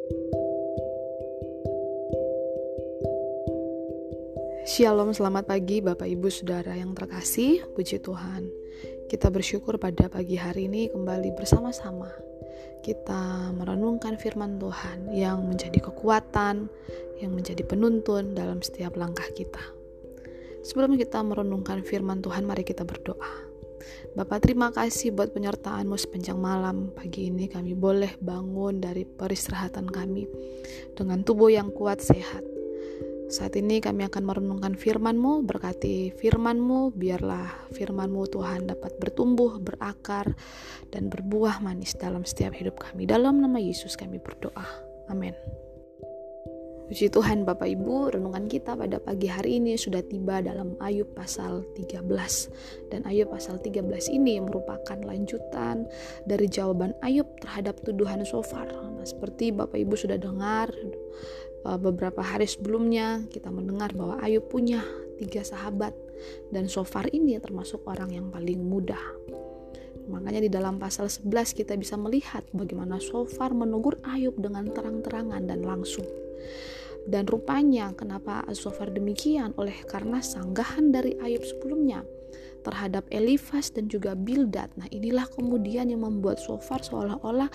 Shalom, selamat pagi Bapak Ibu Saudara yang terkasih, puji Tuhan. Kita bersyukur pada pagi hari ini kembali bersama-sama. Kita merenungkan firman Tuhan yang menjadi kekuatan, yang menjadi penuntun dalam setiap langkah kita. Sebelum kita merenungkan firman Tuhan, mari kita berdoa. Bapak, terima kasih buat penyertaan-Mu sepanjang malam. Pagi ini kami boleh bangun dari peristirahatan kami dengan tubuh yang kuat, sehat. Saat ini kami akan merenungkan firman-Mu, berkati firman-Mu, biarlah firman-Mu Tuhan dapat bertumbuh, berakar, dan berbuah manis dalam setiap hidup kami. Dalam nama Yesus kami berdoa. Amin. Puji Tuhan Bapak Ibu, renungan kita pada pagi hari ini sudah tiba dalam Ayub pasal 13. Dan Ayub pasal 13 ini merupakan lanjutan dari jawaban Ayub terhadap tuduhan Sofar. Nah, seperti Bapak Ibu sudah dengar, beberapa hari sebelumnya kita mendengar bahwa Ayub punya 3 sahabat dan Sofar ini termasuk orang yang paling muda. Makanya di dalam pasal 11 kita bisa melihat bagaimana Sofar menegur Ayub dengan terang-terangan dan langsung. Dan rupanya kenapa Sofar demikian? Karena sanggahan dari Ayub sebelumnya terhadap Elifas dan juga Bildad. Nah, inilah kemudian yang membuat Sofar seolah-olah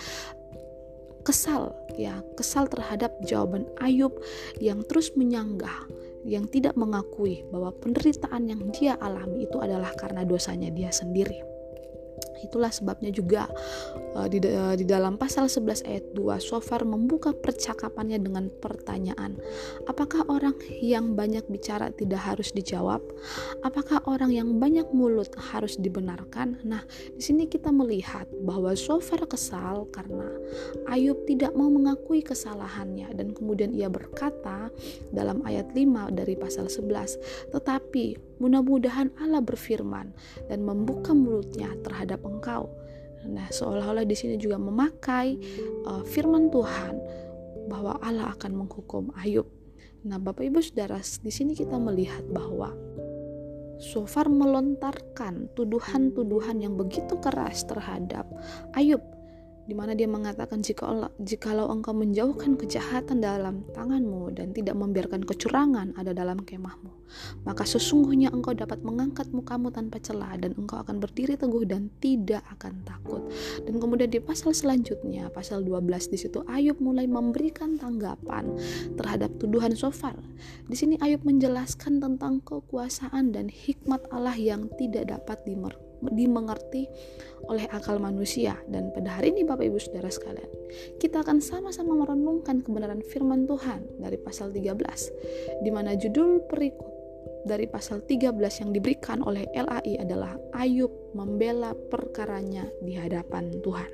kesal terhadap jawaban Ayub yang terus menyanggah, yang tidak mengakui bahwa penderitaan yang dia alami itu adalah karena dosanya dia sendiri. Itulah sebabnya juga di dalam pasal 11 ayat 2 Sofar membuka percakapannya dengan pertanyaan, apakah orang yang banyak bicara tidak harus dijawab? Apakah orang yang banyak mulut harus dibenarkan? Nah, di sini kita melihat bahwa Sofar kesal karena Ayub tidak mau mengakui kesalahannya, dan kemudian ia berkata dalam ayat 5 dari pasal 11, tetapi mudah-mudahan Allah berfirman dan membuka mulutnya terhadap engkau. Nah, seolah-olah di sini juga memakai firman Tuhan bahwa Allah akan menghukum Ayub. Nah, Bapak Ibu Saudara, di sini kita melihat bahwa Sofar melontarkan tuduhan-tuduhan yang begitu keras terhadap Ayub, di mana dia mengatakan jikalau engkau menjauhkan kejahatan dalam tanganmu dan tidak membiarkan kecurangan ada dalam kemahmu, maka sesungguhnya engkau dapat mengangkat mukamu tanpa celah dan engkau akan berdiri teguh dan tidak akan takut. Dan kemudian di pasal selanjutnya, pasal 12, di situ Ayub mulai memberikan tanggapan terhadap tuduhan Sofar. Di sini Ayub menjelaskan tentang kekuasaan dan hikmat Allah yang tidak dapat dimengerti oleh akal manusia. Dan pada hari ini Bapak Ibu Saudara sekalian, kita akan sama-sama merenungkan kebenaran firman Tuhan dari pasal 13, di mana judul perikop dari pasal 13 yang diberikan oleh LAI adalah Ayub membela perkaranya di hadapan Tuhan.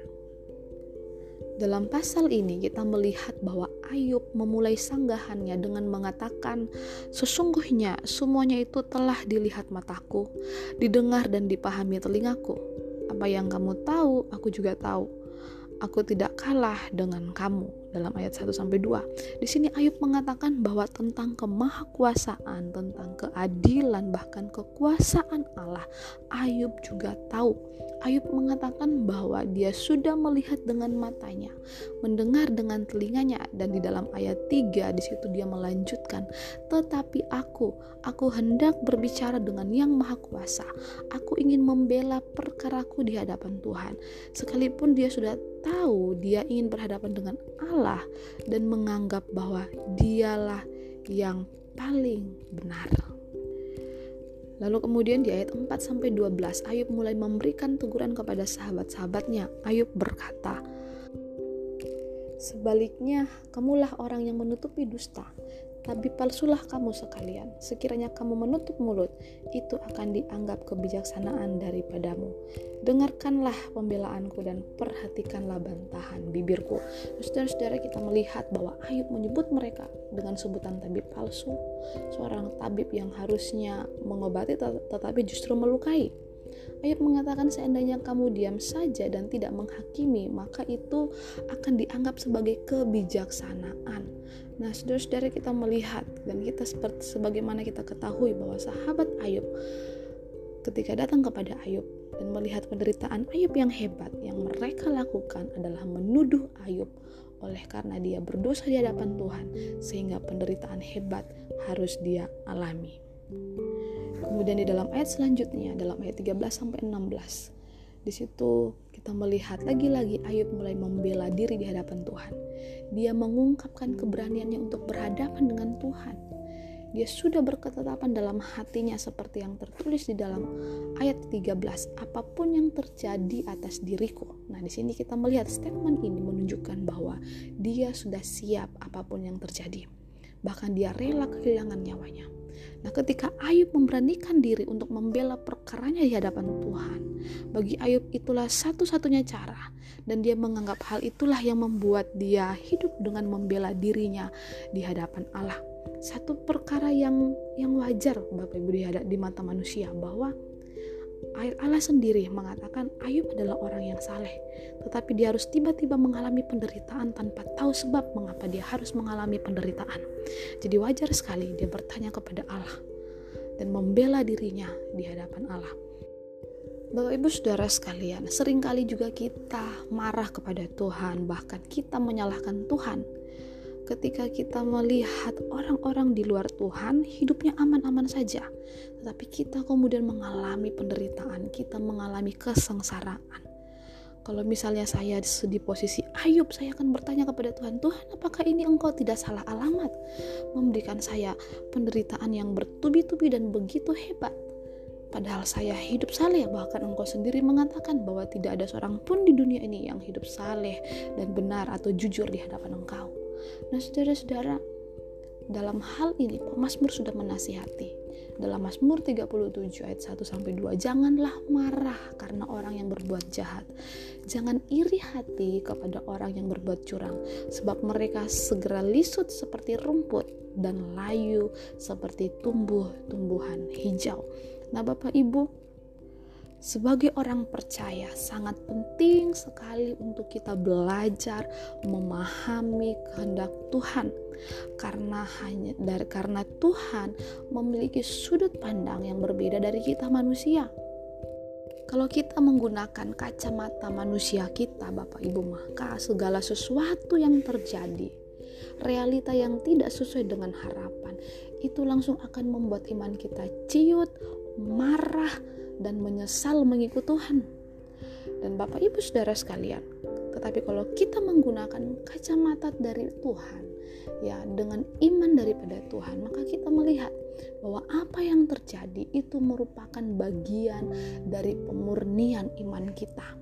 Dalam pasal ini kita melihat bahwa Ayub memulai sanggahannya dengan mengatakan, sesungguhnya semuanya itu telah dilihat mataku, didengar dan dipahami telingaku. Apa yang kamu tahu, aku juga tahu. Aku tidak kalah dengan kamu. Dalam ayat 1-2. Di sini Ayub mengatakan bahwa tentang kemahakuasaan, tentang keadilan, bahkan kekuasaan Allah, Ayub juga tahu. Ayub mengatakan bahwa dia sudah melihat dengan matanya, mendengar dengan telinganya, dan di dalam ayat 3 di situ dia melanjutkan, tetapi aku hendak berbicara dengan yang maha kuasa. Aku ingin membela perkaraku di hadapan Tuhan. Sekalipun dia sudah tahu dia ingin berhadapan dengan Allah dan menganggap bahwa dialah yang paling benar. Lalu kemudian di ayat 4-12 Ayub mulai memberikan teguran kepada sahabat-sahabatnya. Ayub berkata, sebaliknya kamulah orang yang menutupi dusta, tapi palsulah kamu sekalian. Sekiranya kamu menutup mulut, itu akan dianggap kebijaksanaan daripadamu. Dengarkanlah pembelaanku dan perhatikanlah bantahan bibirku. Saudara-saudara, kita melihat bahwa Ayub menyebut mereka dengan sebutan tabib palsu, seorang tabib yang harusnya mengobati tetapi justru melukai. Ayub mengatakan seandainya kamu diam saja dan tidak menghakimi, maka itu akan dianggap sebagai kebijaksanaan. Nah, saudara-saudara, kita melihat dan kita sebagaimana kita ketahui bahwa sahabat Ayub ketika datang kepada Ayub dan melihat penderitaan Ayub yang hebat, yang mereka lakukan adalah menuduh Ayub oleh karena dia berdosa di hadapan Tuhan, sehingga penderitaan hebat harus dia alami. Kemudian di dalam ayat selanjutnya, dalam ayat 13-16, di situ kita melihat lagi-lagi Ayub mulai membela diri di hadapan Tuhan. Dia mengungkapkan keberaniannya untuk berhadapan dengan Tuhan. Dia sudah berketetapan dalam hatinya seperti yang tertulis di dalam ayat 13, apapun yang terjadi atas diriku. Nah, di sini kita melihat statement ini menunjukkan bahwa dia sudah siap apapun yang terjadi. Bahkan dia rela kehilangan nyawanya. Nah, ketika Ayub memberanikan diri untuk membela perkaranya di hadapan Tuhan, bagi Ayub itulah satu-satunya cara, dan dia menganggap hal itulah yang membuat dia hidup dengan membela dirinya di hadapan Allah. Satu perkara yang wajar Bapak Ibu di mata manusia, bahwa Allah sendiri mengatakan Ayub adalah orang yang saleh, tetapi dia harus tiba-tiba mengalami penderitaan tanpa tahu sebab mengapa dia harus mengalami penderitaan. Jadi wajar sekali dia bertanya kepada Allah dan membela dirinya di hadapan Allah. Bapak Ibu Saudara sekalian, seringkali juga kita marah kepada Tuhan, bahkan kita menyalahkan Tuhan ketika kita melihat orang-orang di luar Tuhan hidupnya aman-aman saja, tetapi kita kemudian mengalami penderitaan, kita mengalami kesengsaraan. Kalau misalnya saya di posisi Ayub, saya akan bertanya kepada Tuhan, Tuhan, apakah ini Engkau tidak salah alamat memberikan saya penderitaan yang bertubi-tubi dan begitu hebat? Padahal saya hidup saleh, bahkan Engkau sendiri mengatakan bahwa tidak ada seorang pun di dunia ini yang hidup saleh dan benar atau jujur di hadapan Engkau. Nah, saudara-saudara, dalam hal ini pemazmur sudah menasihati. Dalam Mazmur 37 ayat 1-2, janganlah marah karena orang yang berbuat jahat. Jangan iri hati kepada orang yang berbuat curang, sebab mereka segera lisut seperti rumput dan layu seperti tumbuh-tumbuhan hijau. Nah, Bapak Ibu, sebagai orang percaya sangat penting sekali untuk kita belajar memahami kehendak Tuhan, karena Tuhan memiliki sudut pandang yang berbeda dari kita manusia. Kalau kita menggunakan kacamata manusia kita, Bapak Ibu, maka segala sesuatu yang terjadi, realita yang tidak sesuai dengan harapan, itu langsung akan membuat iman kita ciut, marah, dan menyesal mengikut Tuhan. Dan Bapak Ibu Saudara sekalian, tetapi kalau kita menggunakan kacamata dari Tuhan, ya, dengan iman daripada Tuhan, maka kita melihat bahwa apa yang terjadi itu merupakan bagian dari pemurnian iman kita.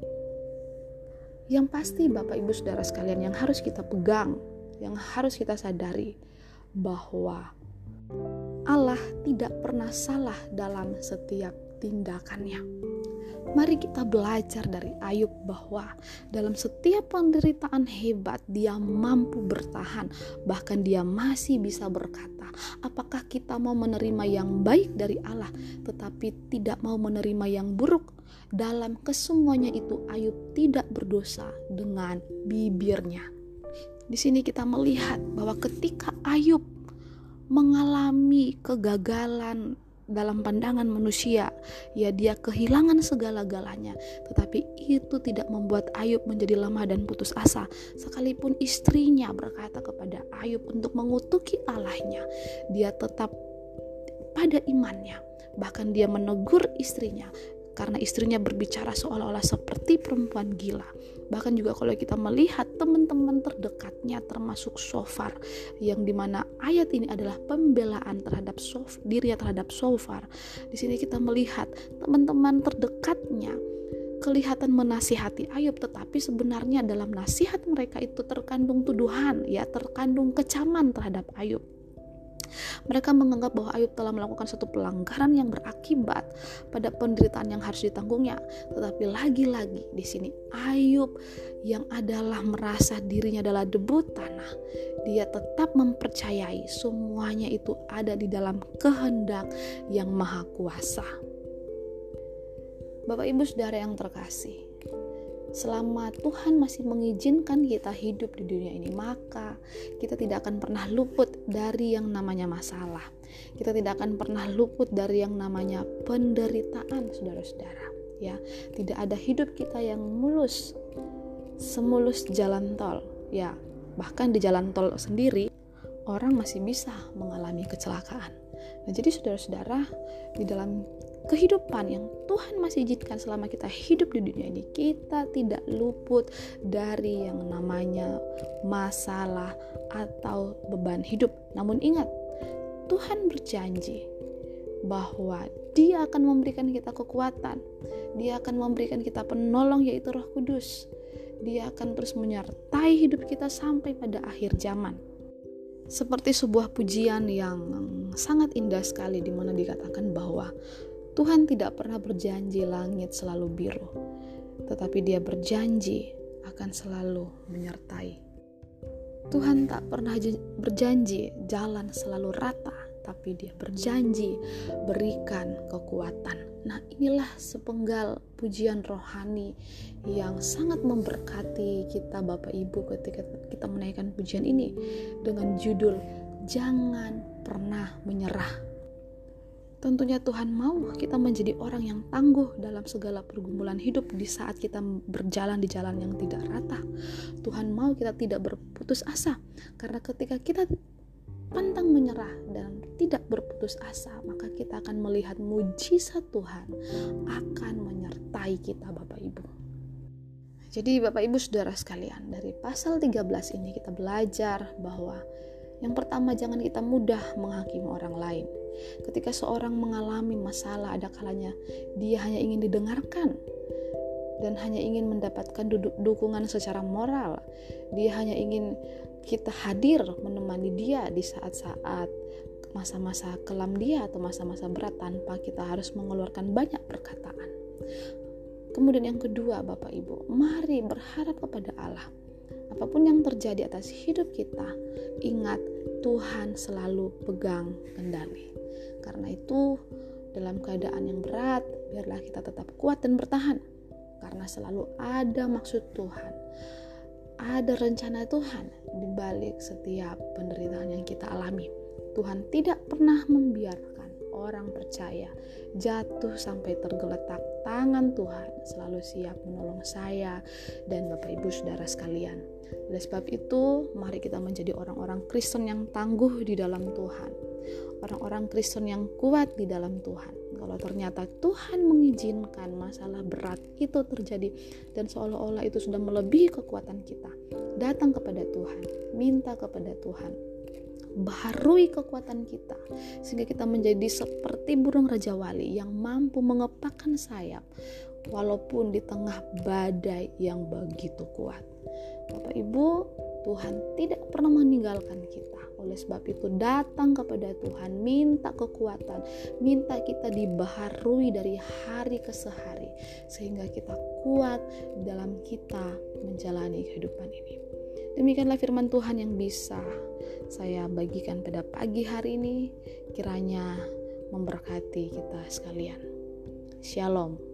Yang pasti Bapak Ibu Saudara sekalian, yang harus kita pegang, yang harus kita sadari, bahwa Allah tidak pernah salah dalam setiap tindakannya. Mari kita belajar dari Ayub bahwa dalam setiap penderitaan hebat dia mampu bertahan, bahkan dia masih bisa berkata, apakah kita mau menerima yang baik dari Allah tetapi tidak mau menerima yang buruk? Dalam kesemuanya itu Ayub tidak berdosa dengan bibirnya. Di sini kita melihat bahwa ketika Ayub mengalami kegagalan dalam pandangan manusia, ya, dia kehilangan segala-galanya, tetapi itu tidak membuat Ayub menjadi lemah dan putus asa. Sekalipun istrinya berkata kepada Ayub untuk mengutuki Allahnya, dia tetap pada imannya. Bahkan dia menegur istrinya karena istrinya berbicara seolah-olah seperti perempuan gila. Bahkan juga kalau kita melihat teman-teman terdekatnya, termasuk Sofar, yang dimana ayat ini adalah pembelaan terhadap dirinya terhadap Sofar. Di sini kita melihat teman-teman terdekatnya kelihatan menasihati Ayub, tetapi sebenarnya dalam nasihat mereka itu terkandung tuduhan, ya, terkandung kecaman terhadap Ayub. Mereka menganggap bahwa Ayub telah melakukan suatu pelanggaran yang berakibat pada penderitaan yang harus ditanggungnya. Tetapi lagi-lagi di sini Ayub yang adalah merasa dirinya adalah debu tanah, dia tetap mempercayai semuanya itu ada di dalam kehendak yang maha kuasa. Bapak Ibu Saudara yang terkasih, selama Tuhan masih mengizinkan kita hidup di dunia ini, maka kita tidak akan pernah luput dari yang namanya masalah. Kita tidak akan pernah luput dari yang namanya penderitaan, saudara-saudara. Ya, tidak ada hidup kita yang mulus, semulus jalan tol. Ya, Bahkan di jalan tol sendiri, orang masih bisa mengalami kecelakaan. Nah, jadi saudara-saudara, di dalam kehidupan yang Tuhan masih izinkan selama kita hidup di dunia ini, kita tidak luput dari yang namanya masalah atau beban hidup. Namun ingat, Tuhan berjanji bahwa Dia akan memberikan kita kekuatan. Dia akan memberikan kita penolong, yaitu Roh Kudus. Dia akan terus menyertai hidup kita sampai pada akhir zaman. Seperti sebuah pujian yang sangat indah sekali, di mana dikatakan bahwa Tuhan tidak pernah berjanji langit selalu biru, tetapi Dia berjanji akan selalu menyertai. Tuhan tak pernah berjanji jalan selalu rata, tapi Dia berjanji berikan kekuatan. Nah, inilah sepenggal pujian rohani yang sangat memberkati kita Bapak Ibu ketika kita menaikkan pujian ini dengan judul Jangan Pernah Menyerah. Tentunya Tuhan mau kita menjadi orang yang tangguh dalam segala pergumulan hidup di saat kita berjalan di jalan yang tidak rata. Tuhan mau kita tidak berputus asa, karena ketika kita pantang menyerah dan tidak berputus asa, maka kita akan melihat mujizat Tuhan akan menyertai kita Bapak Ibu. Jadi Bapak Ibu Saudara sekalian, dari pasal 13 ini kita belajar bahwa yang pertama, jangan kita mudah menghakimi orang lain. Ketika seorang mengalami masalah, ada kalanya dia hanya ingin didengarkan dan hanya ingin mendapatkan dukungan secara moral. Dia hanya ingin kita hadir menemani dia di saat-saat masa-masa kelam dia atau masa-masa berat tanpa kita harus mengeluarkan banyak perkataan. Kemudian yang kedua Bapak Ibu, mari berharap kepada Allah. Apapun yang terjadi atas hidup kita, ingat Tuhan selalu pegang kendali. Karena itu dalam keadaan yang berat, biarlah kita tetap kuat dan bertahan. Karena selalu ada maksud Tuhan, ada rencana Tuhan di balik setiap penderitaan yang kita alami. Tuhan tidak pernah membiarkan orang percaya jatuh sampai tergeletak. Tangan Tuhan selalu siap menolong saya dan Bapak Ibu Saudara sekalian. Oleh sebab itu, mari kita menjadi orang-orang Kristen yang tangguh di dalam Tuhan. Orang-orang Kristen yang kuat di dalam Tuhan. Kalau ternyata Tuhan mengizinkan masalah berat itu terjadi dan seolah-olah itu sudah melebihi kekuatan kita, datang kepada Tuhan, minta kepada Tuhan, baharui kekuatan kita sehingga kita menjadi seperti burung Raja Wali yang mampu mengepakkan sayap walaupun di tengah badai yang begitu kuat. Bapak Ibu, Tuhan tidak pernah meninggalkan kita. Oleh sebab itu datang kepada Tuhan, minta kekuatan, minta kita dibaharui dari hari ke hari sehingga kita kuat dalam kita menjalani kehidupan ini. Demikianlah firman Tuhan yang bisa saya bagikan pada pagi hari ini, kiranya memberkati kita sekalian. Shalom.